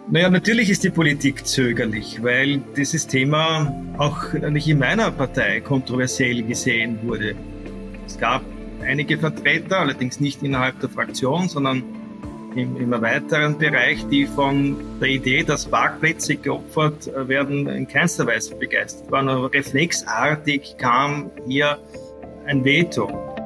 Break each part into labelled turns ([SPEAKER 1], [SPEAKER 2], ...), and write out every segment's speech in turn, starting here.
[SPEAKER 1] Naja, natürlich ist die Politik zögerlich, weil dieses Thema auch nicht in meiner Partei kontroversiell gesehen wurde. Es gab einige Vertreter, allerdings nicht innerhalb der Fraktion, sondern im erweiterten Bereich, die von der Idee, dass Parkplätze geopfert werden, in keinster Weise begeistert waren. Aber reflexartig kam hier ein Veto.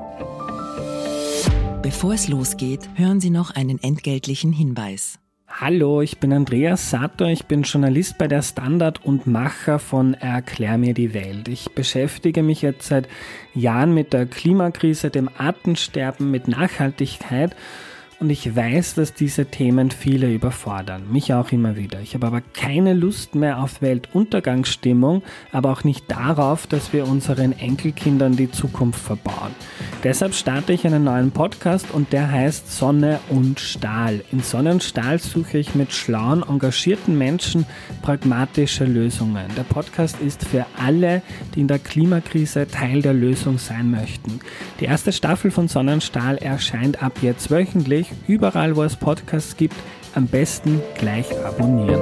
[SPEAKER 2] Bevor es losgeht, hören Sie noch einen entgeltlichen Hinweis.
[SPEAKER 3] Hallo, ich bin Andreas Sator, ich bin Journalist bei der Standard und Macher von Erklär mir die Welt. Ich beschäftige mich jetzt seit Jahren mit der Klimakrise, dem Artensterben, mit Nachhaltigkeit. Und ich weiß, dass diese Themen viele überfordern, mich auch immer wieder. Ich habe aber keine Lust mehr auf Weltuntergangsstimmung, aber auch nicht darauf, dass wir unseren Enkelkindern die Zukunft verbauen. Deshalb starte ich einen neuen Podcast und der heißt Sonne und Stahl. In Sonne und Stahl suche ich mit schlauen, engagierten Menschen pragmatische Lösungen. Der Podcast ist für alle, die in der Klimakrise Teil der Lösung sein möchten. Die erste Staffel von Sonne und Stahl erscheint ab jetzt wöchentlich. Überall, wo es Podcasts gibt, am besten gleich abonnieren.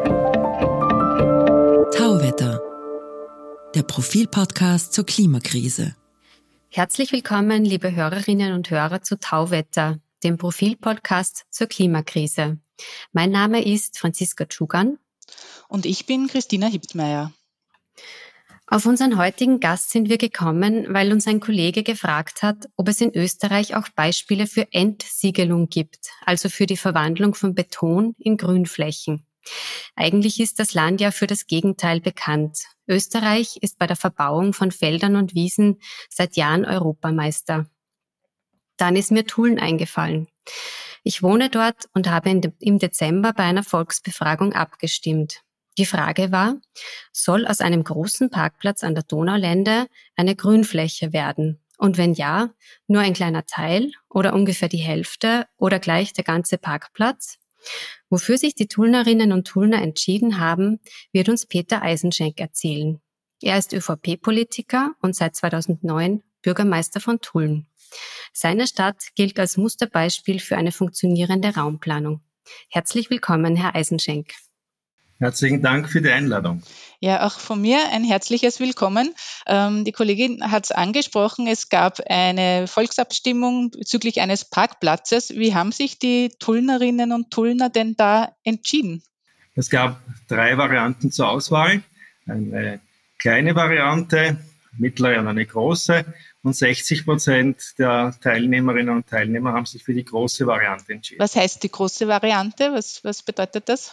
[SPEAKER 2] Tauwetter, der Profil-Podcast zur Klimakrise.
[SPEAKER 4] Herzlich willkommen, liebe Hörerinnen und Hörer zu Tauwetter, dem Profil-Podcast zur Klimakrise. Mein Name ist Franziska Tschugan.
[SPEAKER 5] Und ich bin Christina Hibtmeier.
[SPEAKER 4] Auf unseren heutigen Gast sind wir gekommen, weil uns ein Kollege gefragt hat, ob es in Österreich auch Beispiele für Entsiegelung gibt, also für die Verwandlung von Beton in Grünflächen. Eigentlich ist das Land ja für das Gegenteil bekannt. Österreich ist bei der Verbauung von Feldern und Wiesen seit Jahren Europameister. Dann ist mir Tulln eingefallen. Ich wohne dort und habe im Dezember bei einer Volksbefragung abgestimmt. Die Frage war, soll aus einem großen Parkplatz an der Donaulände eine Grünfläche werden? Und wenn ja, nur ein kleiner Teil oder ungefähr die Hälfte oder gleich der ganze Parkplatz? Wofür sich die Tullnerinnen und Tullner entschieden haben, wird uns Peter Eisenschenk erzählen. Er ist ÖVP-Politiker und seit 2009 Bürgermeister von Tulln. Seine Stadt gilt als Musterbeispiel für eine funktionierende Raumplanung. Herzlich willkommen, Herr Eisenschenk.
[SPEAKER 1] Herzlichen Dank für die Einladung.
[SPEAKER 5] Ja, auch von mir ein herzliches Willkommen. Die Kollegin hat es angesprochen, es gab eine Volksabstimmung bezüglich eines Parkplatzes. Wie haben sich die Tullnerinnen und Tullner denn da entschieden?
[SPEAKER 1] Es gab 3 Varianten zur Auswahl. Eine kleine Variante, mittlere und eine große. Und 60% der Teilnehmerinnen und Teilnehmer haben sich für die große Variante entschieden.
[SPEAKER 5] Was heißt die große Variante? Was bedeutet das?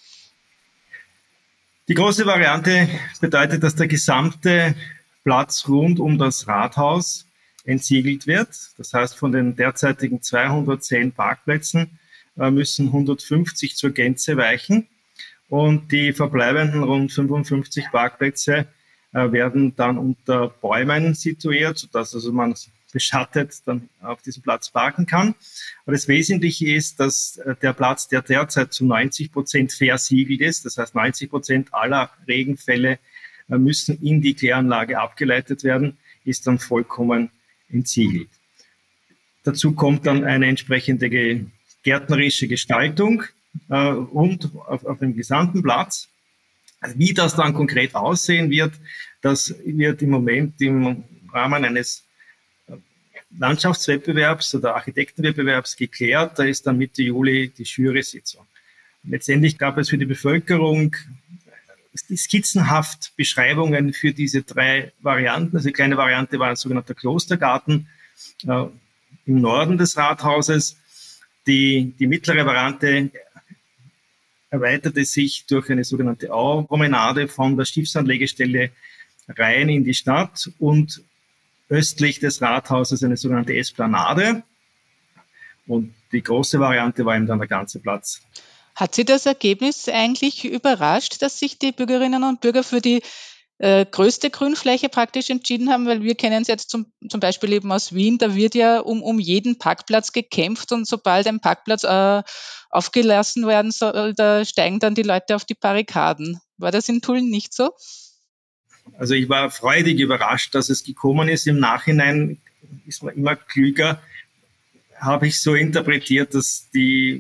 [SPEAKER 1] Die große Variante bedeutet, dass der gesamte Platz rund um das Rathaus entsiegelt wird. Das heißt, von den derzeitigen 210 Parkplätzen müssen 150 zur Gänze weichen und die verbleibenden rund 55 Parkplätze werden dann unter Bäumen situiert, sodass also man beschattet dann auf diesem Platz parken kann. Aber das Wesentliche ist, dass der Platz, der derzeit zu 90% versiegelt ist, das heißt 90% aller Regenfälle müssen in die Kläranlage abgeleitet werden, ist dann vollkommen entsiegelt. Dazu kommt dann eine entsprechende gärtnerische Gestaltung rund auf dem gesamten Platz. Wie das dann konkret aussehen wird, das wird im Moment im Rahmen eines Landschaftswettbewerbs oder Architektenwettbewerbs geklärt. Da ist dann Mitte Juli die Jury-Sitzung. Letztendlich gab es für die Bevölkerung skizzenhaft Beschreibungen für diese 3 Varianten. Also die kleine Variante war ein sogenannter Klostergarten im Norden des Rathauses. Die mittlere Variante erweiterte sich durch eine sogenannte Aupromenade von der Schiffsanlegestelle rein in die Stadt und östlich des Rathauses eine sogenannte Esplanade. Und die große Variante war eben dann der ganze Platz.
[SPEAKER 5] Hat Sie das Ergebnis eigentlich überrascht, dass sich die Bürgerinnen und Bürger für die größte Grünfläche praktisch entschieden haben? Weil wir kennen es jetzt zum Beispiel eben aus Wien, da wird ja um jeden Parkplatz gekämpft und sobald ein Parkplatz aufgelassen werden soll, da steigen dann die Leute auf die Barrikaden. War das in Tulln nicht so?
[SPEAKER 1] Also ich war freudig überrascht, dass es gekommen ist. Im Nachhinein ist man immer klüger, habe ich so interpretiert, dass die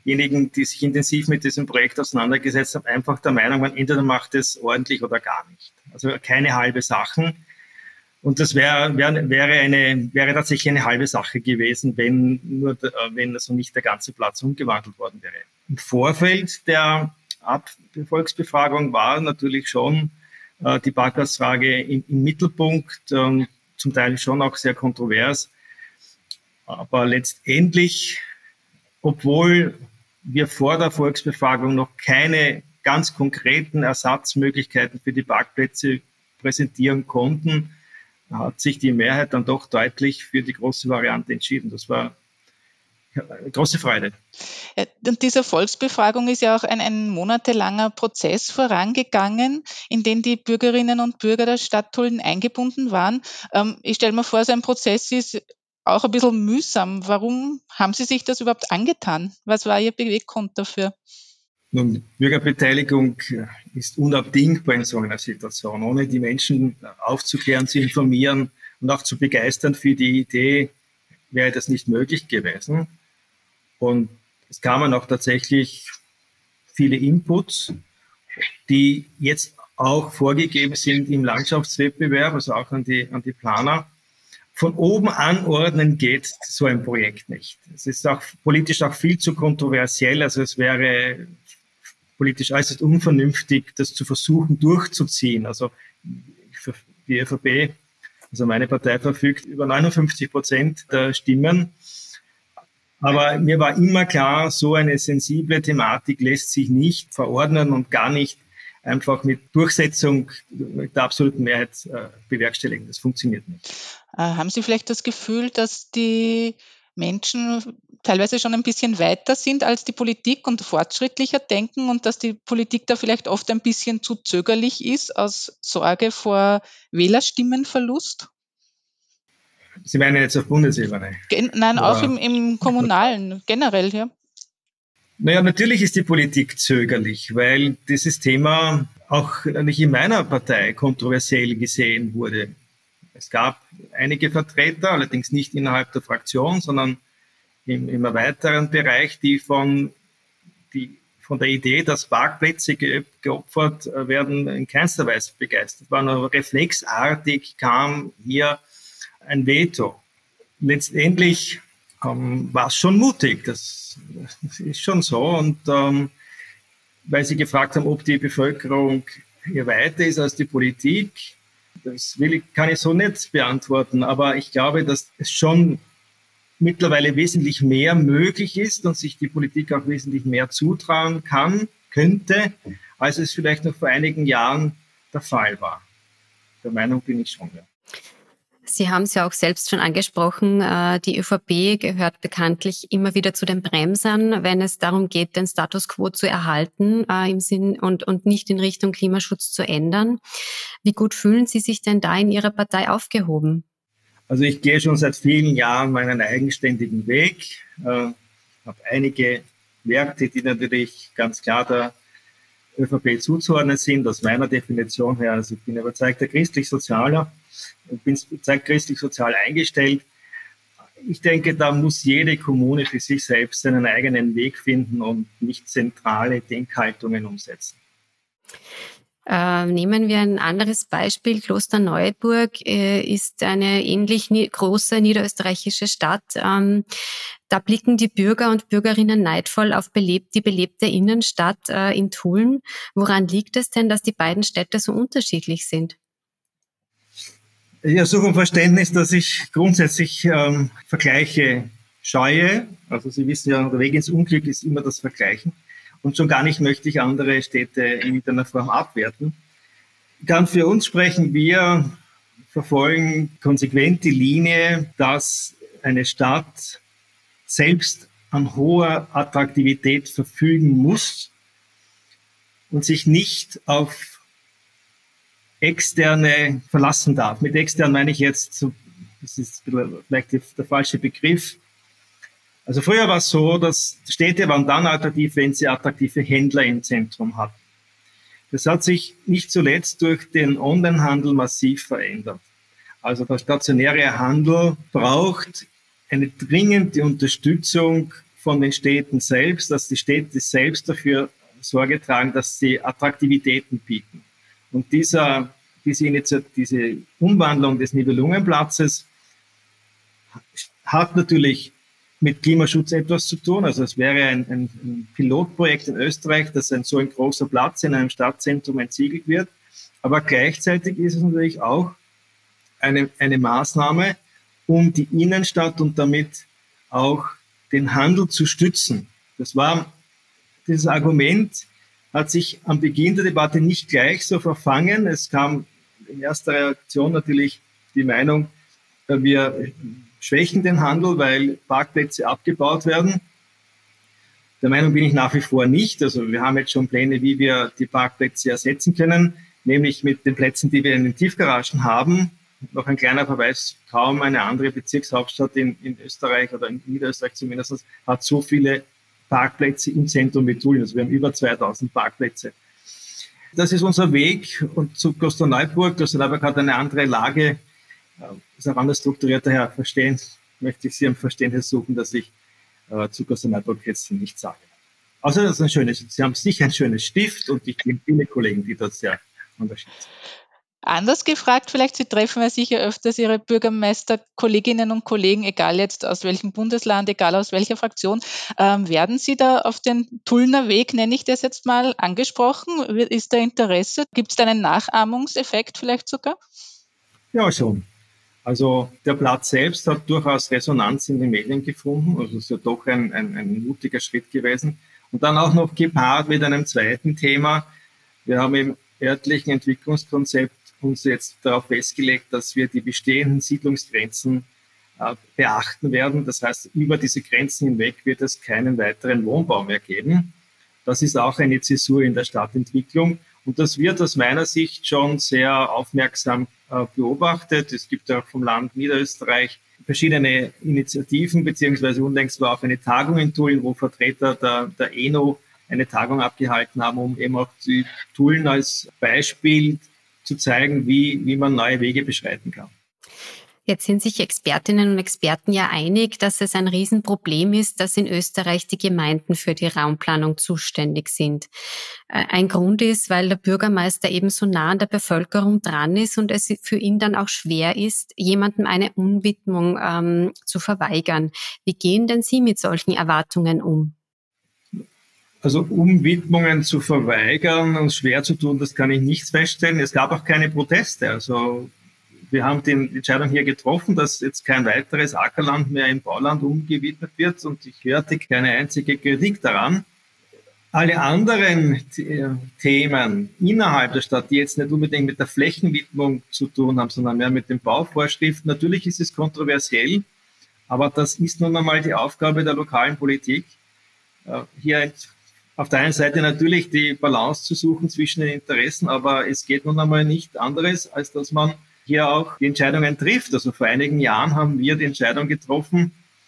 [SPEAKER 1] diejenigen, die sich intensiv mit diesem Projekt auseinandergesetzt haben, einfach der Meinung waren, entweder macht es ordentlich oder gar nicht. Also keine halbe Sachen. Und das wäre tatsächlich eine halbe Sache gewesen, wenn also nicht der ganze Platz umgewandelt worden wäre. Im Vorfeld der Volksbefragung war natürlich schon die Parkplatzfrage im Mittelpunkt, zum Teil schon auch sehr kontrovers. Aber letztendlich, obwohl wir vor der Volksbefragung noch keine ganz konkreten Ersatzmöglichkeiten für die Parkplätze präsentieren konnten, hat sich die Mehrheit dann doch deutlich für die große Variante entschieden. Das war eine große Freude.
[SPEAKER 5] Und dieser Volksbefragung ist ja auch ein monatelanger Prozess vorangegangen, in den die Bürgerinnen und Bürger der Stadt Tulln eingebunden waren. Ich stelle mir vor, so ein Prozess ist auch ein bisschen mühsam. Warum haben Sie sich das überhaupt angetan? Was war Ihr Beweggrund dafür?
[SPEAKER 1] Nun, Bürgerbeteiligung ist unabdingbar in so einer Situation. Ohne die Menschen aufzuklären, zu informieren und auch zu begeistern für die Idee, wäre das nicht möglich gewesen. Und es kamen auch tatsächlich viele Inputs, die jetzt auch vorgegeben sind im Landschaftswettbewerb, also auch an die Planer. Von oben anordnen geht so ein Projekt nicht. Es ist auch politisch auch viel zu kontroversiell. Also es wäre politisch äußerst unvernünftig, das zu versuchen durchzuziehen. Also die ÖVP, also meine Partei, verfügt über 59% der Stimmen. Aber mir war immer klar, so eine sensible Thematik lässt sich nicht verordnen und gar nicht einfach mit Durchsetzung mit der absoluten Mehrheit bewerkstelligen. Das funktioniert nicht.
[SPEAKER 5] Haben Sie vielleicht das Gefühl, dass die Menschen teilweise schon ein bisschen weiter sind als die Politik und fortschrittlicher denken und dass die Politik da vielleicht oft ein bisschen zu zögerlich ist aus Sorge vor Wählerstimmenverlust?
[SPEAKER 1] Sie meinen jetzt auf Bundesebene?
[SPEAKER 5] Nein, auch im Kommunalen, generell, ja.
[SPEAKER 1] Naja, natürlich ist die Politik zögerlich, weil dieses Thema auch nicht in meiner Partei kontroversiell gesehen wurde. Es gab einige Vertreter, allerdings nicht innerhalb der Fraktion, sondern im erweiterten Bereich, die von der Idee, dass Parkplätze geopfert werden, in keinster Weise begeistert waren. Aber reflexartig kam hier ein Veto. Letztendlich war es schon mutig, das ist schon so. Und weil Sie gefragt haben, ob die Bevölkerung hier weiter ist als die Politik, kann ich so nicht beantworten. Aber ich glaube, dass es schon mittlerweile wesentlich mehr möglich ist und sich die Politik auch wesentlich mehr zutrauen könnte, als es vielleicht noch vor einigen Jahren der Fall war. Der Meinung bin ich schon, ja.
[SPEAKER 4] Sie haben es ja auch selbst schon angesprochen, die ÖVP gehört bekanntlich immer wieder zu den Bremsern, wenn es darum geht, den Status quo zu erhalten im Sinn und nicht in Richtung Klimaschutz zu ändern. Wie gut fühlen Sie sich denn da in Ihrer Partei aufgehoben?
[SPEAKER 1] Also ich gehe schon seit vielen Jahren meinen eigenständigen Weg, habe einige Werte, die natürlich ganz klar der ÖVP zuzuordnen sind, aus meiner Definition her. Also ich bin überzeugter christlich-sozialer und bin christlich-sozial eingestellt. Ich denke, da muss jede Kommune für sich selbst seinen eigenen Weg finden und nicht zentrale Denkhaltungen umsetzen.
[SPEAKER 4] Nehmen wir ein anderes Beispiel. Klosterneuburg ist eine ähnlich große niederösterreichische Stadt. Da blicken die Bürger und Bürgerinnen neidvoll auf die belebte Innenstadt in Tulln. Woran liegt es denn, dass die beiden Städte so unterschiedlich sind?
[SPEAKER 1] Ich ersuche um Verständnis, dass ich grundsätzlich Vergleiche scheue. Also Sie wissen ja, der Weg ins Unglück ist immer das Vergleichen. Und schon gar nicht möchte ich andere Städte in irgendeiner Form abwerten. Dann für uns sprechen, wir verfolgen konsequent die Linie, dass eine Stadt selbst an hoher Attraktivität verfügen muss und sich nicht auf Externe verlassen darf. Mit extern meine ich jetzt, das ist vielleicht der falsche Begriff. Also früher war es so, dass Städte waren dann attraktiv, wenn sie attraktive Händler im Zentrum hatten. Das hat sich nicht zuletzt durch den Onlinehandel massiv verändert. Also der stationäre Handel braucht eine dringende Unterstützung von den Städten selbst, dass die Städte selbst dafür Sorge tragen, dass sie Attraktivitäten bieten. Und diese Umwandlung des Nibelungenplatzes hat natürlich mit Klimaschutz etwas zu tun. Also es wäre ein Pilotprojekt in Österreich, dass so ein großer Platz in einem Stadtzentrum entsiegelt wird. Aber gleichzeitig ist es natürlich auch eine Maßnahme, um die Innenstadt und damit auch den Handel zu stützen. Dieses Argument hat sich am Beginn der Debatte nicht gleich so verfangen. Es kam in erster Reaktion natürlich die Meinung, wir schwächen den Handel, weil Parkplätze abgebaut werden. Der Meinung bin ich nach wie vor nicht. Also wir haben jetzt schon Pläne, wie wir die Parkplätze ersetzen können, nämlich mit den Plätzen, die wir in den Tiefgaragen haben. Noch ein kleiner Verweis, kaum eine andere Bezirkshauptstadt in Österreich oder in Niederösterreich zumindest hat so viele Parkplätze im Zentrum wie Tulln. Also wir haben über 2000 Parkplätze. Das ist unser Weg und zu Klosterneuburg. Klosterneuburg hat eine andere Lage, ist auch anders strukturiert, daher möchte ich Sie am Verständnis suchen, dass ich zu Klosterneuburg jetzt nicht sage. Außer das ist Sie haben sicher ein schönes Stift und ich kenne viele Kollegen, die dort sehr engagiert sind.
[SPEAKER 5] Anders gefragt, vielleicht, Sie treffen ja sicher öfters Ihre Bürgermeisterkolleginnen und Kollegen, egal jetzt aus welchem Bundesland, egal aus welcher Fraktion. Werden Sie da auf den Tullner Weg, nenne ich das jetzt mal, angesprochen? Ist da Interesse? Gibt es da einen Nachahmungseffekt vielleicht sogar?
[SPEAKER 1] Ja, schon. Also der Platz selbst hat durchaus Resonanz in den Medien gefunden. Also es ist ja doch ein mutiger Schritt gewesen. Und dann auch noch gepaart mit einem zweiten Thema. Wir haben im örtlichen Entwicklungskonzept uns jetzt darauf festgelegt, dass wir die bestehenden Siedlungsgrenzen beachten werden. Das heißt, über diese Grenzen hinweg wird es keinen weiteren Wohnbau mehr geben. Das ist auch eine Zäsur in der Stadtentwicklung. Und das wird aus meiner Sicht schon sehr aufmerksam beobachtet. Es gibt auch vom Land Niederösterreich verschiedene Initiativen, beziehungsweise unlängst war auch eine Tagung in Tulln, wo Vertreter der ENO eine Tagung abgehalten haben, um eben auch die Tulln als Beispiel zu zeigen, wie man neue Wege beschreiten kann.
[SPEAKER 4] Jetzt sind sich Expertinnen und Experten ja einig, dass es ein Riesenproblem ist, dass in Österreich die Gemeinden für die Raumplanung zuständig sind. Ein Grund ist, weil der Bürgermeister eben so nah an der Bevölkerung dran ist und es für ihn dann auch schwer ist, jemandem eine Umwidmung zu verweigern. Wie gehen denn Sie mit solchen Erwartungen um?
[SPEAKER 1] Also Umwidmungen zu verweigern und schwer zu tun, das kann ich nicht feststellen. Es gab auch keine Proteste. Also wir haben die Entscheidung hier getroffen, dass jetzt kein weiteres Ackerland mehr in Bauland umgewidmet wird und ich hörte keine einzige Kritik daran. Alle anderen Themen innerhalb der Stadt, die jetzt nicht unbedingt mit der Flächenwidmung zu tun haben, sondern mehr mit den Bauvorschriften, natürlich ist es kontroversiell, aber das ist nun einmal die Aufgabe der lokalen Politik, hier auf der einen Seite natürlich die Balance zu suchen zwischen den Interessen, aber es geht nun einmal nicht anderes, als dass man hier auch die Entscheidungen trifft. Also vor einigen Jahren haben wir die Entscheidung getroffen,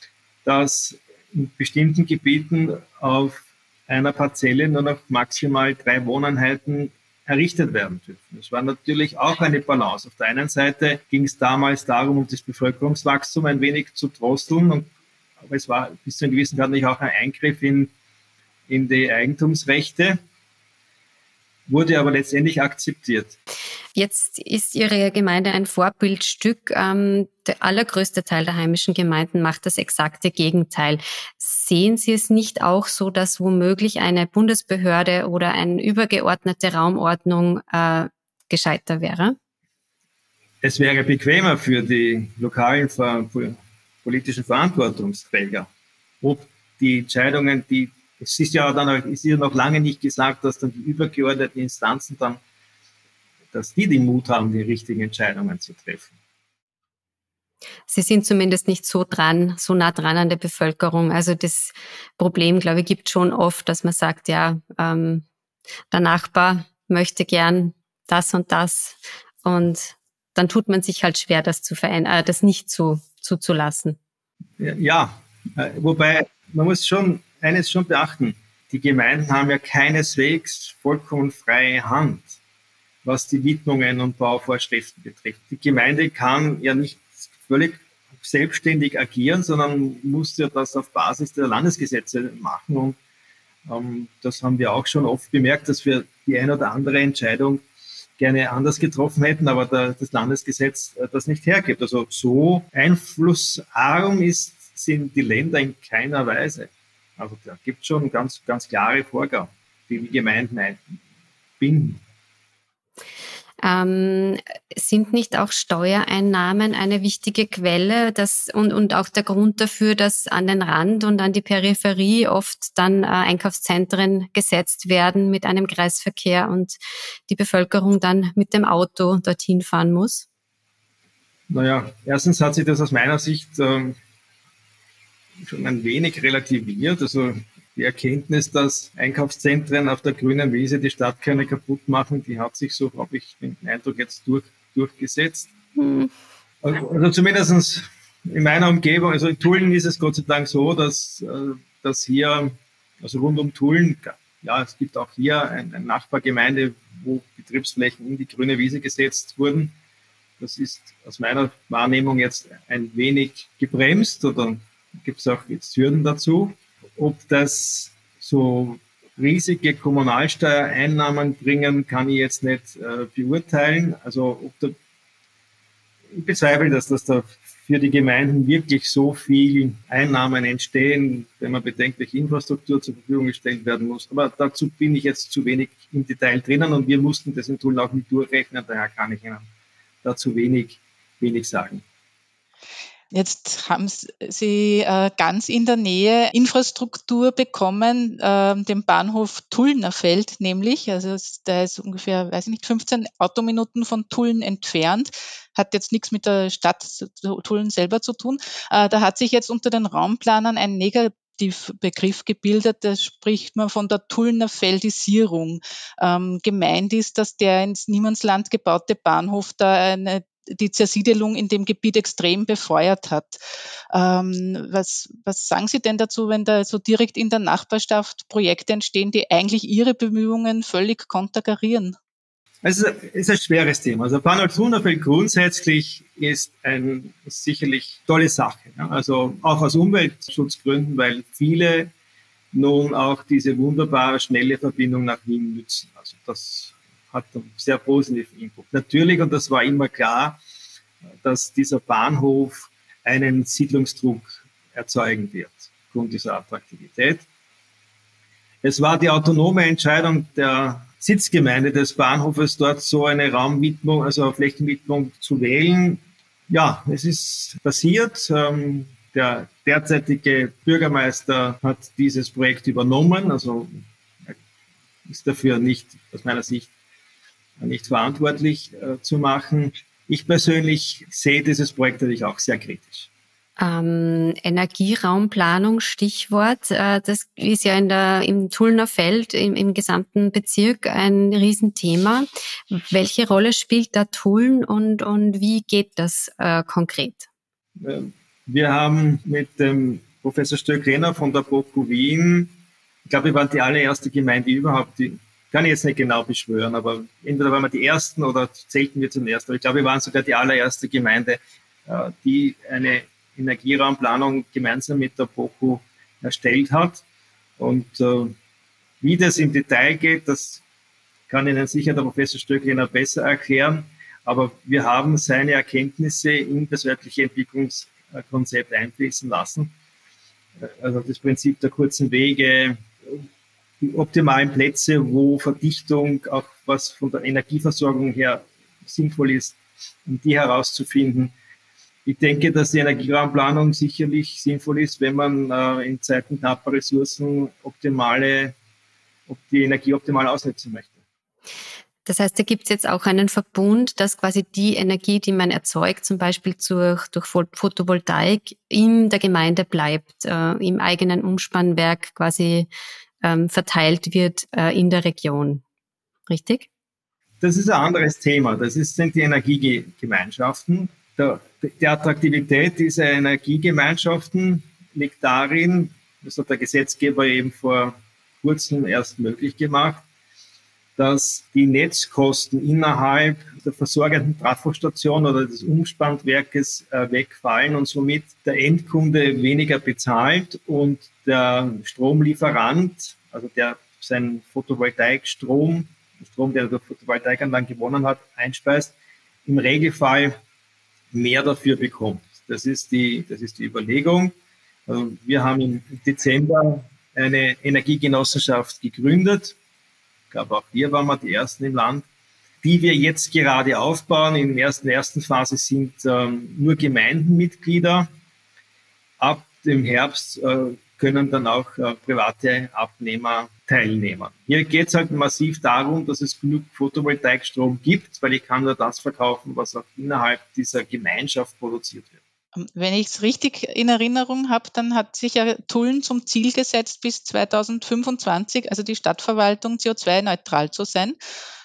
[SPEAKER 1] dass in bestimmten Gebieten auf einer Parzelle nur noch maximal 3 Wohneinheiten errichtet werden dürfen. Das war natürlich auch eine Balance. Auf der einen Seite ging es damals darum, um das Bevölkerungswachstum ein wenig zu drosseln, aber es war bis zu einem gewissen Grad nicht auch ein Eingriff in die Eigentumsrechte, wurde aber letztendlich akzeptiert.
[SPEAKER 4] Jetzt ist Ihre Gemeinde ein Vorbildstück. Der allergrößte Teil der heimischen Gemeinden macht das exakte Gegenteil. Sehen Sie es nicht auch so, dass womöglich eine Bundesbehörde oder eine übergeordnete Raumordnung gescheiter wäre?
[SPEAKER 1] Es wäre bequemer für die lokalen politischen Verantwortungsträger, ob die Entscheidungen, es ist ja noch lange nicht gesagt, dass dann die übergeordneten Instanzen dass die Mut haben, die richtigen Entscheidungen zu treffen.
[SPEAKER 4] Sie sind zumindest nicht so nah dran an der Bevölkerung. Also das Problem, glaube ich, gibt schon oft, dass man sagt, ja, der Nachbar möchte gern das und das und dann tut man sich halt schwer, das zu verändern, das nicht zuzulassen.
[SPEAKER 1] Ja, wobei man muss eines schon beachten. Die Gemeinden haben ja keineswegs vollkommen freie Hand, was die Widmungen und Bauvorschriften betrifft. Die Gemeinde kann ja nicht völlig selbstständig agieren, sondern muss ja das auf Basis der Landesgesetze machen. Und das haben wir auch schon oft bemerkt, dass wir die eine oder andere Entscheidung gerne anders getroffen hätten, aber das Landesgesetz das nicht hergibt. Also so einflussarm sind die Länder in keiner Weise. Also da gibt es schon ganz, ganz klare Vorgaben, die die Gemeinden einbinden.
[SPEAKER 4] Sind nicht auch Steuereinnahmen eine wichtige Quelle und auch der Grund dafür, dass an den Rand und an die Peripherie oft dann Einkaufszentren gesetzt werden mit einem Kreisverkehr und die Bevölkerung dann mit dem Auto dorthin fahren muss?
[SPEAKER 1] Naja, erstens hat sich das aus meiner Sicht schon ein wenig relativiert. Also die Erkenntnis, dass Einkaufszentren auf der grünen Wiese die Stadtkerne kaputt machen, die hat sich, so habe ich den Eindruck, jetzt durchgesetzt. Also zumindest in meiner Umgebung, also in Tulln ist es Gott sei Dank so, dass hier, also rund um Tulln, ja, es gibt auch hier eine Nachbargemeinde, wo Betriebsflächen in die grüne Wiese gesetzt wurden. Das ist aus meiner Wahrnehmung jetzt ein wenig gebremst, oder gibt es auch jetzt Hürden dazu. Ob das so riesige Kommunalsteuereinnahmen bringen, kann ich jetzt nicht beurteilen. Also ich bezweifle, dass da für die Gemeinden wirklich so viel Einnahmen entstehen, wenn man bedenkt, welche Infrastruktur zur Verfügung gestellt werden muss. Aber dazu bin ich jetzt zu wenig im Detail drinnen und wir mussten das in Tulln auch nicht durchrechnen, daher kann ich Ihnen dazu wenig sagen.
[SPEAKER 5] Jetzt haben Sie ganz in der Nähe Infrastruktur bekommen, den Bahnhof Tullnerfeld nämlich. Also der ist ungefähr, 15 Autominuten von Tulln entfernt. Hat jetzt nichts mit der Stadt Tulln selber zu tun. Da hat sich jetzt unter den Raumplanern ein Negativbegriff gebildet, da spricht man von der Tullnerfeldisierung. Gemeint ist, dass der ins Niemandsland gebaute Bahnhof da die Zersiedelung in dem Gebiet extrem befeuert hat. Was sagen Sie denn dazu, wenn da so direkt in der Nachbarschaft Projekte entstehen, die eigentlich Ihre Bemühungen völlig konterkarieren?
[SPEAKER 1] Es ist ein schweres Thema. Also Bahnhof Tullnerfeld grundsätzlich ist sicherlich tolle Sache. Ja? Also auch aus Umweltschutzgründen, weil viele nun auch diese wunderbare, schnelle Verbindung nach Wien nützen. Also das hat einen sehr positiven Input. Natürlich, und das war immer klar, dass dieser Bahnhof einen Siedlungsdruck erzeugen wird, aufgrund dieser Attraktivität. Es war die autonome Entscheidung der Sitzgemeinde des Bahnhofes, dort so eine Raumwidmung, also eine Flächenwidmung zu wählen. Ja, es ist passiert. Der derzeitige Bürgermeister hat dieses Projekt übernommen, also ist dafür nicht, aus meiner Sicht, nicht verantwortlich zu machen. Ich persönlich sehe dieses Projekt natürlich auch sehr kritisch.
[SPEAKER 4] Energieraumplanung, Stichwort. Das ist ja im Tullner Feld, im gesamten Bezirk ein Riesenthema. Welche Rolle spielt da Tulln und wie geht das konkret?
[SPEAKER 1] Wir haben mit dem Professor Stöcklener von der BOKU Wien, ich glaube, wir waren die allererste Gemeinde überhaupt, kann ich jetzt nicht genau beschwören, aber entweder waren wir die Ersten oder zählten wir zum Ersten. Ich glaube, wir waren sogar die allererste Gemeinde, die eine Energieraumplanung gemeinsam mit der BOKU erstellt hat. Und wie das im Detail geht, das kann Ihnen sicher der Professor Stöcklener besser erklären. Aber wir haben seine Erkenntnisse in das örtliche Entwicklungskonzept einfließen lassen. Also das Prinzip der kurzen Wege, die optimalen Plätze, wo Verdichtung, auch was von der Energieversorgung her sinnvoll ist, um die herauszufinden. Ich denke, dass die Energieraumplanung sicherlich sinnvoll ist, wenn man in Zeiten knapper Ressourcen die Energie optimal ausnutzen möchte.
[SPEAKER 4] Das heißt, da gibt es jetzt auch einen Verbund, dass quasi die Energie, die man erzeugt, zum Beispiel durch Photovoltaik, in der Gemeinde bleibt, im eigenen Umspannwerk quasi verteilt wird in der Region. Richtig?
[SPEAKER 1] Das ist ein anderes Thema. Sind die Energiegemeinschaften. Die Attraktivität dieser Energiegemeinschaften liegt darin, das hat der Gesetzgeber eben vor kurzem erst möglich gemacht, dass die Netzkosten innerhalb der versorgenden Trafostation oder des Umspannwerkes wegfallen und somit der Endkunde weniger bezahlt und der Stromlieferant, also der seinen Photovoltaikstrom, der er durch Photovoltaikanlagen gewonnen hat, einspeist, im Regelfall mehr dafür bekommt. Das ist die Überlegung. Also wir haben im Dezember eine Energiegenossenschaft gegründet. Ich glaube, auch wir waren die Ersten im Land, die wir jetzt gerade aufbauen. In der ersten Phase sind nur Gemeindenmitglieder. Ab dem Herbst können dann auch private Abnehmer teilnehmen. Hier geht es halt massiv darum, dass es genug Photovoltaikstrom gibt, weil ich kann nur das verkaufen, was auch innerhalb dieser Gemeinschaft produziert wird.
[SPEAKER 5] Wenn ich es richtig in Erinnerung habe, dann hat sich ja Tulln zum Ziel gesetzt, bis 2025, also die Stadtverwaltung, CO2-neutral zu sein.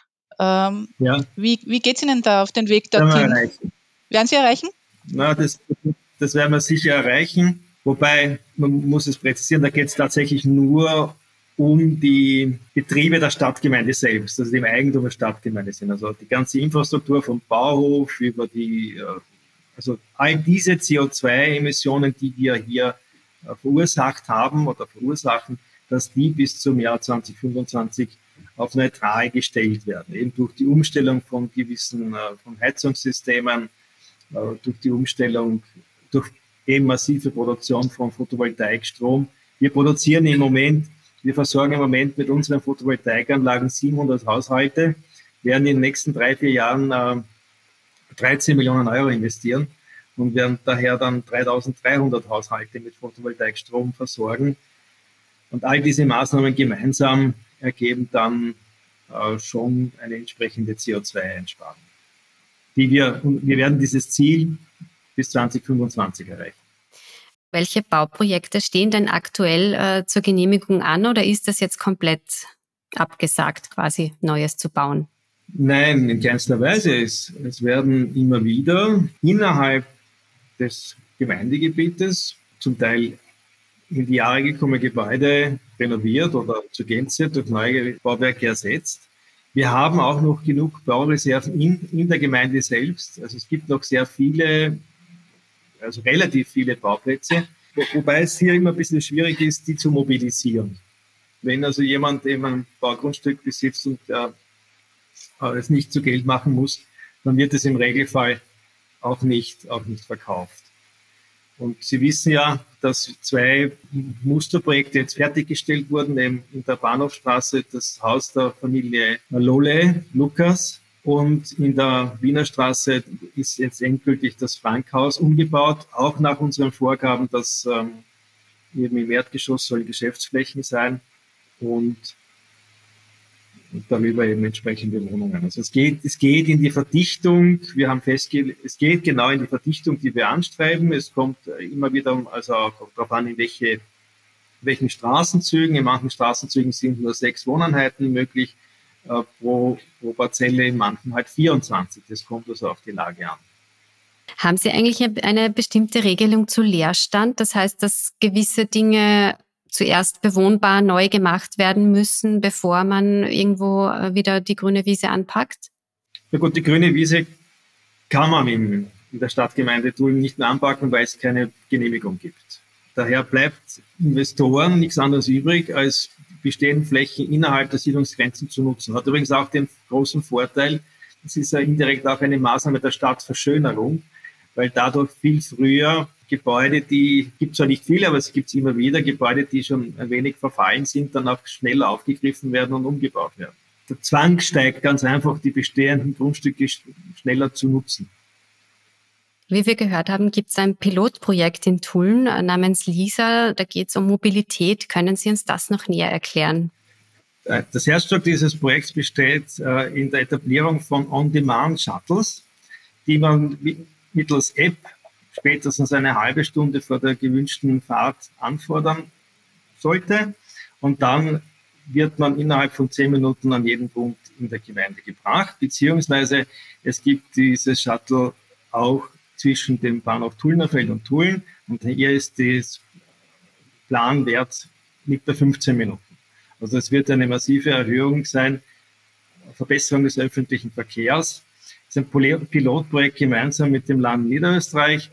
[SPEAKER 5] Ja. Wie geht es Ihnen da auf den Weg dorthin? Werden Sie erreichen?
[SPEAKER 1] Na, das werden wir sicher erreichen. Wobei, man muss es präzisieren, da geht es tatsächlich nur um die Betriebe der Stadtgemeinde selbst, also die im Eigentum der Stadtgemeinde sind. Also die ganze Infrastruktur vom Bauhof über also all diese CO2-Emissionen, die wir hier verursacht haben oder verursachen, dass die bis zum Jahr 2025 auf neutral gestellt werden. Eben durch die Umstellung von gewissen von Heizungssystemen, durch die Umstellung, durch eben massive Produktion von Photovoltaikstrom. Wir versorgen im Moment mit unseren Photovoltaikanlagen 700 Haushalte, werden in den nächsten 3-4 Jahren 13 Millionen Euro investieren und werden daher dann 3.300 Haushalte mit Photovoltaikstrom versorgen. Und all diese Maßnahmen gemeinsam ergeben dann schon eine entsprechende CO2-Einsparung. Wir werden dieses Ziel bis 2025 erreichen.
[SPEAKER 4] Welche Bauprojekte stehen denn aktuell zur Genehmigung an oder ist das jetzt komplett abgesagt, quasi Neues zu bauen?
[SPEAKER 1] Nein, in keinster Weise. Es werden immer wieder innerhalb des Gemeindegebietes zum Teil in die Jahre gekommene Gebäude renoviert oder zur Gänze durch neue Bauwerke ersetzt. Wir haben auch noch genug Baureserven in der Gemeinde selbst. Also es gibt noch relativ viele Bauplätze, wobei es hier immer ein bisschen schwierig ist, die zu mobilisieren. Wenn also jemand eben ein Baugrundstück besitzt und es nicht zu Geld machen muss, dann wird es im Regelfall auch nicht verkauft. Und Sie wissen ja, dass 2 Musterprojekte jetzt fertiggestellt wurden, eben in der Bahnhofstraße das Haus der Familie Lolle, Lukas, und in der Wiener Straße ist jetzt endgültig das Frankhaus umgebaut, auch nach unseren Vorgaben, dass eben im Erdgeschoss sollen Geschäftsflächen sein und darüber eben entsprechende Wohnungen. Also es geht in die Verdichtung. Wir haben festgelegt, es geht genau in die Verdichtung, die wir anstreben. Es kommt immer wieder auch darauf an, in welchen Straßenzügen. In manchen Straßenzügen sind nur 6 Wohneinheiten möglich pro Parzelle, in manchen halt 24. Das kommt also auf die Lage an.
[SPEAKER 4] Haben Sie eigentlich eine bestimmte Regelung zu Leerstand? Das heißt, dass gewisse Dinge zuerst bewohnbar neu gemacht werden müssen, bevor man irgendwo wieder die grüne Wiese anpackt?
[SPEAKER 1] Na gut, die grüne Wiese kann man in der Stadtgemeinde Tulln nicht mehr anpacken, weil es keine Genehmigung gibt. Daher bleibt Investoren nichts anderes übrig, als bestehende Flächen innerhalb der Siedlungsgrenzen zu nutzen. Hat übrigens auch den großen Vorteil, es ist ja indirekt auch eine Maßnahme der Stadtverschönerung, weil dadurch viel früher Gebäude, die gibt zwar nicht viele, aber es gibt immer wieder, Gebäude, die schon ein wenig verfallen sind, dann auch schneller aufgegriffen werden und umgebaut werden. Der Zwang steigt ganz einfach, die bestehenden Grundstücke schneller zu nutzen.
[SPEAKER 4] Wie wir gehört haben, gibt es ein Pilotprojekt in Tulln namens LISA. Da geht es um Mobilität. Können Sie uns das noch näher erklären?
[SPEAKER 1] Das Herzstück dieses Projekts besteht in der Etablierung von On-Demand-Shuttles, die man mittels App spätestens eine halbe Stunde vor der gewünschten Fahrt anfordern sollte. Und dann wird man innerhalb von 10 Minuten an jeden Punkt in der Gemeinde gebracht. Beziehungsweise es gibt dieses Shuttle auch zwischen dem Bahnhof Tullnerfeld und Tulln. Und hier ist das Planwert liegt bei 15 Minuten. Also es wird eine massive Erhöhung sein Verbesserung des öffentlichen Verkehrs. Das ist ein Pilotprojekt gemeinsam mit dem Land Niederösterreich,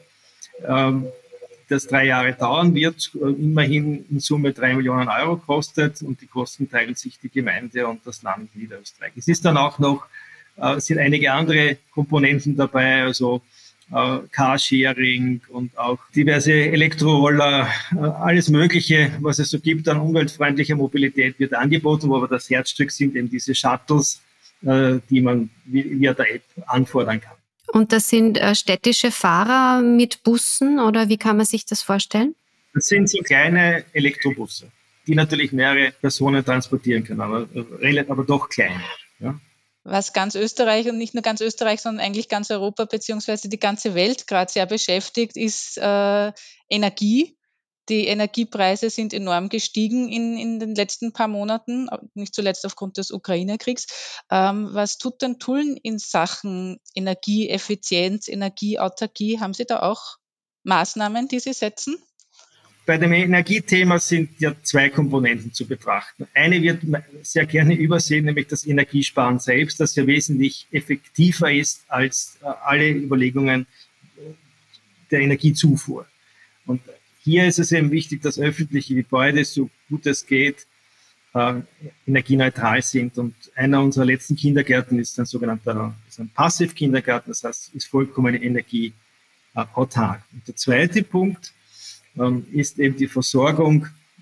[SPEAKER 1] das 3 Jahre dauern wird, immerhin in Summe 3 Millionen Euro kostet, und die Kosten teilen sich die Gemeinde und das Land Niederösterreich. Es ist dann auch noch, sind einige andere Komponenten dabei, also Carsharing und auch diverse Elektroroller, alles Mögliche, was es so gibt an umweltfreundlicher Mobilität, wird angeboten, wo aber das Herzstück sind eben diese Shuttles, die man via der App anfordern kann.
[SPEAKER 4] Und das sind städtische Fahrer mit Bussen, oder wie kann man sich das vorstellen?
[SPEAKER 1] Das sind so kleine Elektrobusse, die natürlich mehrere Personen transportieren können, aber doch klein. Ja.
[SPEAKER 5] Was ganz Österreich und nicht nur ganz Österreich, sondern eigentlich ganz Europa beziehungsweise die ganze Welt gerade sehr beschäftigt, ist Energie. Die Energiepreise sind enorm gestiegen in den letzten paar Monaten, nicht zuletzt aufgrund des Ukraine-Kriegs. Was tut denn Tulln in Sachen Energieeffizienz, Energieautarkie? Haben Sie da auch Maßnahmen, die Sie setzen?
[SPEAKER 1] Bei dem Energiethema sind ja 2 Komponenten zu betrachten. Eine wird sehr gerne übersehen, nämlich das Energiesparen selbst, das ja wesentlich effektiver ist als alle Überlegungen der Energiezufuhr. Und hier ist es eben wichtig, dass öffentliche Gebäude, so gut es geht, energieneutral sind. Und einer unserer letzten Kindergärten ist ein Passivkindergarten, das heißt, ist vollkommen energieautark. Und der zweite Punkt ist eben die Versorgung,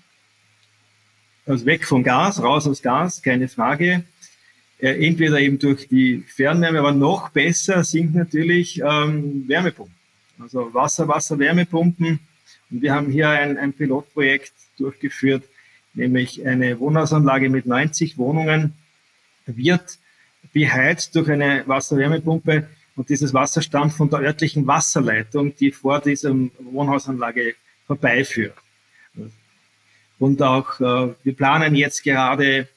[SPEAKER 1] also weg vom Gas, raus aus Gas, keine Frage. Entweder eben durch die Fernwärme, aber noch besser sind natürlich Wärmepumpen. Also Wasser-Wärmepumpen. Und wir haben hier ein Pilotprojekt durchgeführt, nämlich eine Wohnhausanlage mit 90 Wohnungen wird beheizt durch eine Wasser-Wärmepumpe, und dieses Wasser stammt von der örtlichen Wasserleitung, die vor dieser Wohnhausanlage vorbeiführt. Und auch wir planen jetzt gerade,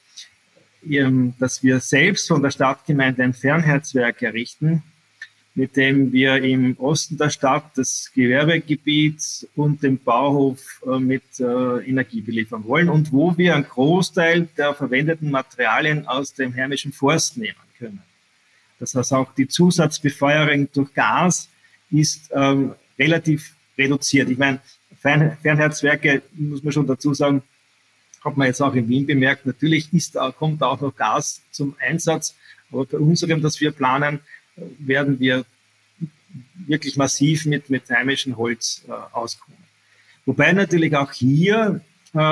[SPEAKER 1] dass wir selbst von der Stadtgemeinde ein Fernheizwerk errichten, mit dem wir im Osten der Stadt das Gewerbegebiet und den Bauhof mit Energie beliefern wollen, und wo wir einen Großteil der verwendeten Materialien aus dem heimischen Forst nehmen können. Das heißt, auch die Zusatzbefeuerung durch Gas ist relativ reduziert. Ich meine, Fernheizwerke, muss man schon dazu sagen, hat man jetzt auch in Wien bemerkt, natürlich kommt auch noch Gas zum Einsatz, aber bei unserem, das wir planen, werden wir wirklich massiv mit heimischem Holz auskommen. Wobei natürlich auch hier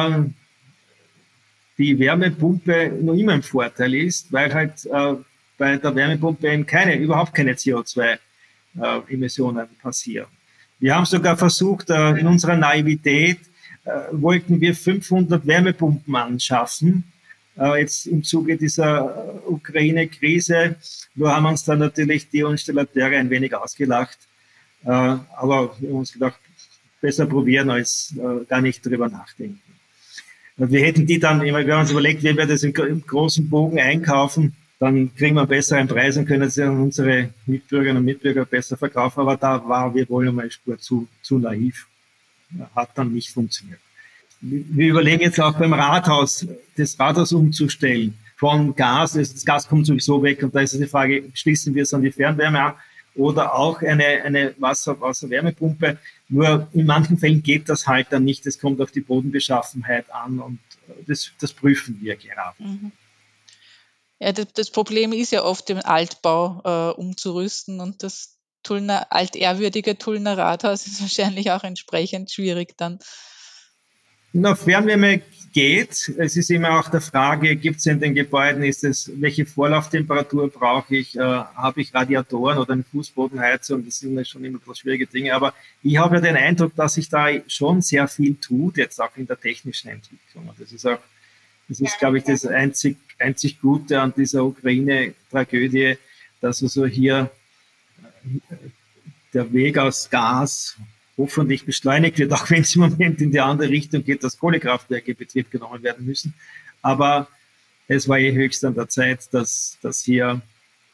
[SPEAKER 1] die Wärmepumpe noch immer ein Vorteil ist, weil halt bei der Wärmepumpe eben überhaupt keine CO2-Emissionen passieren. Wir haben sogar versucht, in unserer Naivität wollten wir 500 Wärmepumpen anschaffen, jetzt im Zuge dieser Ukraine-Krise. Nur haben uns dann natürlich die Installateure ein wenig ausgelacht. Aber wir haben uns gedacht, besser probieren als gar nicht drüber nachdenken. Wir hätten die dann, wir haben uns überlegt, wenn wir das im großen Bogen einkaufen, dann kriegen wir einen besseren Preis und können sie an unsere Mitbürgerinnen und Mitbürger besser verkaufen. Aber da war wir wohl um eine Spur zu naiv. Hat dann nicht funktioniert. Wir überlegen jetzt auch beim Rathaus, das Rathaus umzustellen von Gas. Das Gas kommt sowieso weg, und da ist die Frage, schließen wir es an die Fernwärme an oder auch eine Wasser-Wärmepumpe. Nur in manchen Fällen geht das halt dann nicht. Es kommt auf die Bodenbeschaffenheit an, und das prüfen wir gerade.
[SPEAKER 5] Mhm. Ja, das Problem ist ja oft, den Altbau umzurüsten, und das altehrwürdige Tullner Rathaus ist wahrscheinlich auch entsprechend schwierig dann.
[SPEAKER 1] Na, Fernwärme geht. Es ist immer auch der Frage, gibt es in den Gebäuden, welche Vorlauftemperatur brauche ich, habe ich Radiatoren oder eine Fußbodenheizung, das sind schon immer schwierige Dinge, aber ich habe ja den Eindruck, dass sich da schon sehr viel tut, jetzt auch in der technischen Entwicklung. Und das ist, glaube ich, das einzig Gute an dieser Ukraine-Tragödie, dass also hier der Weg aus Gas hoffentlich beschleunigt wird, auch wenn es im Moment in die andere Richtung geht, dass Kohlekraftwerke in Betrieb genommen werden müssen. Aber es war höchst an der Zeit, dass hier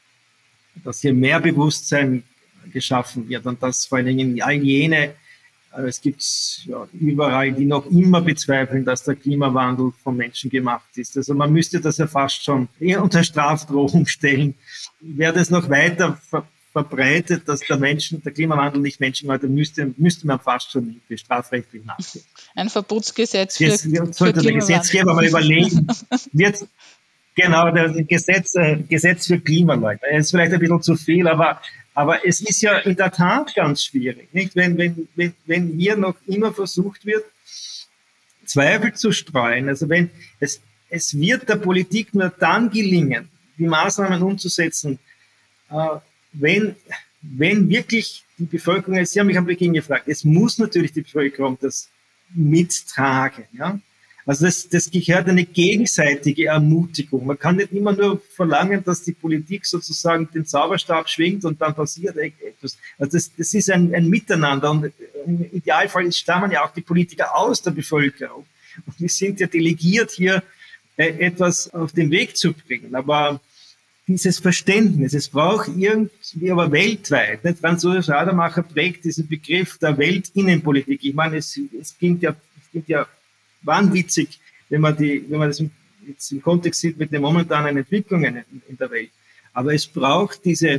[SPEAKER 1] mehr Bewusstsein geschaffen wird, und dass vor allen Dingen all jene Es gibt überall, die noch immer bezweifeln, dass der Klimawandel vom Menschen gemacht ist. Also man müsste das ja fast schon eher unter Strafdrohung stellen. Wäre das noch weiter verbreitet, dass der Klimawandel nicht menschengemacht ist, müsste man fast schon strafrechtlich nachdenken.
[SPEAKER 5] Ein Verbotsgesetz
[SPEAKER 1] für sollte der Gesetzgeber mal überlegen. Genau, das Gesetz für Klimaleugner. Das ist vielleicht ein bisschen zu viel, aber es ist ja in der Tat ganz schwierig, nicht? Wenn hier noch immer versucht wird, Zweifel zu streuen. Also es wird der Politik nur dann gelingen, die Maßnahmen umzusetzen, wenn wirklich die Bevölkerung, Sie haben mich am Beginn gefragt, es muss natürlich die Bevölkerung das mittragen, ja. Also das gehört eine gegenseitige Ermutigung. Man kann nicht immer nur verlangen, dass die Politik sozusagen den Zauberstab schwingt und dann passiert etwas. Also das ist ein Miteinander und im Idealfall stammen ja auch die Politiker aus der Bevölkerung. Und wir sind ja delegiert, hier etwas auf den Weg zu bringen. Aber dieses Verständnis, es braucht irgendwie aber weltweit. Franz Josef Radermacher prägt diesen Begriff der Weltinnenpolitik. Ich meine, es klingt ja wahnwitzig, wenn man das jetzt im Kontext sieht mit den momentanen Entwicklungen in der Welt. Aber es braucht diese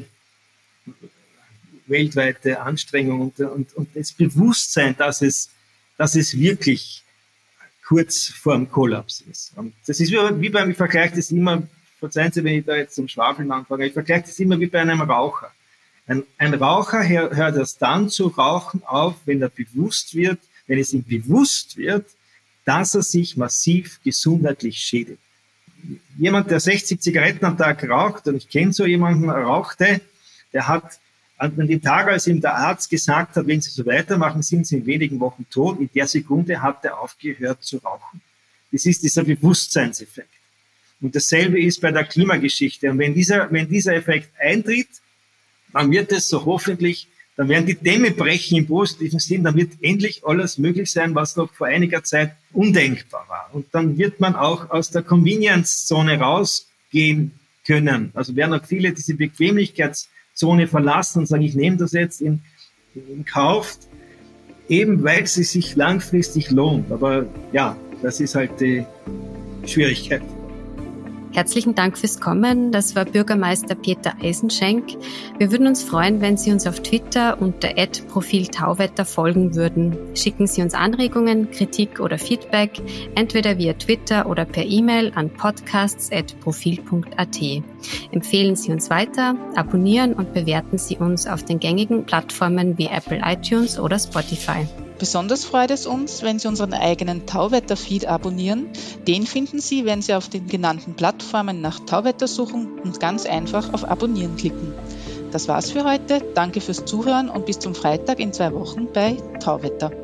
[SPEAKER 1] weltweite Anstrengung und das Bewusstsein, dass es wirklich kurz vor dem Kollaps ist. Und das ist wie ich vergleiche das immer, verzeihen Sie, wenn ich da jetzt zum Schwafeln anfange, ich vergleiche das immer wie bei einem Raucher. Ein Raucher hört erst dann zu rauchen auf, wenn es ihm bewusst wird, dass er sich massiv gesundheitlich schädigt. Jemand, der 60 Zigaretten am Tag raucht, und ich kenne so jemanden, rauchte, der hat an dem Tag, als ihm der Arzt gesagt hat, wenn Sie so weitermachen, sind Sie in wenigen Wochen tot, in der Sekunde hat er aufgehört zu rauchen. Das ist dieser Bewusstseinseffekt. Und dasselbe ist bei der Klimageschichte. Und wenn dieser Effekt eintritt, dann wird es so hoffentlich, dann werden die Dämme brechen im positiven Sinn, dann wird endlich alles möglich sein, was noch vor einiger Zeit undenkbar war. Und dann wird man auch aus der Convenience-Zone rausgehen können. Also werden auch viele diese Bequemlichkeitszone verlassen und sagen, ich nehme das jetzt in Kauf, eben weil es sich langfristig lohnt. Aber ja, das ist halt die Schwierigkeit.
[SPEAKER 4] Herzlichen Dank fürs Kommen. Das war Bürgermeister Peter Eisenschenk. Wir würden uns freuen, wenn Sie uns auf Twitter unter @profiltauwetter folgen würden. Schicken Sie uns Anregungen, Kritik oder Feedback, entweder via Twitter oder per E-Mail an podcasts@profil.at. Empfehlen Sie uns weiter, abonnieren und bewerten Sie uns auf den gängigen Plattformen wie Apple iTunes oder Spotify.
[SPEAKER 5] Besonders freut es uns, wenn Sie unseren eigenen Tauwetter-Feed abonnieren. Den finden Sie, wenn Sie auf den genannten Plattformen nach Tauwetter suchen und ganz einfach auf Abonnieren klicken. Das war's für heute. Danke fürs Zuhören und bis zum Freitag in 2 Wochen bei Tauwetter.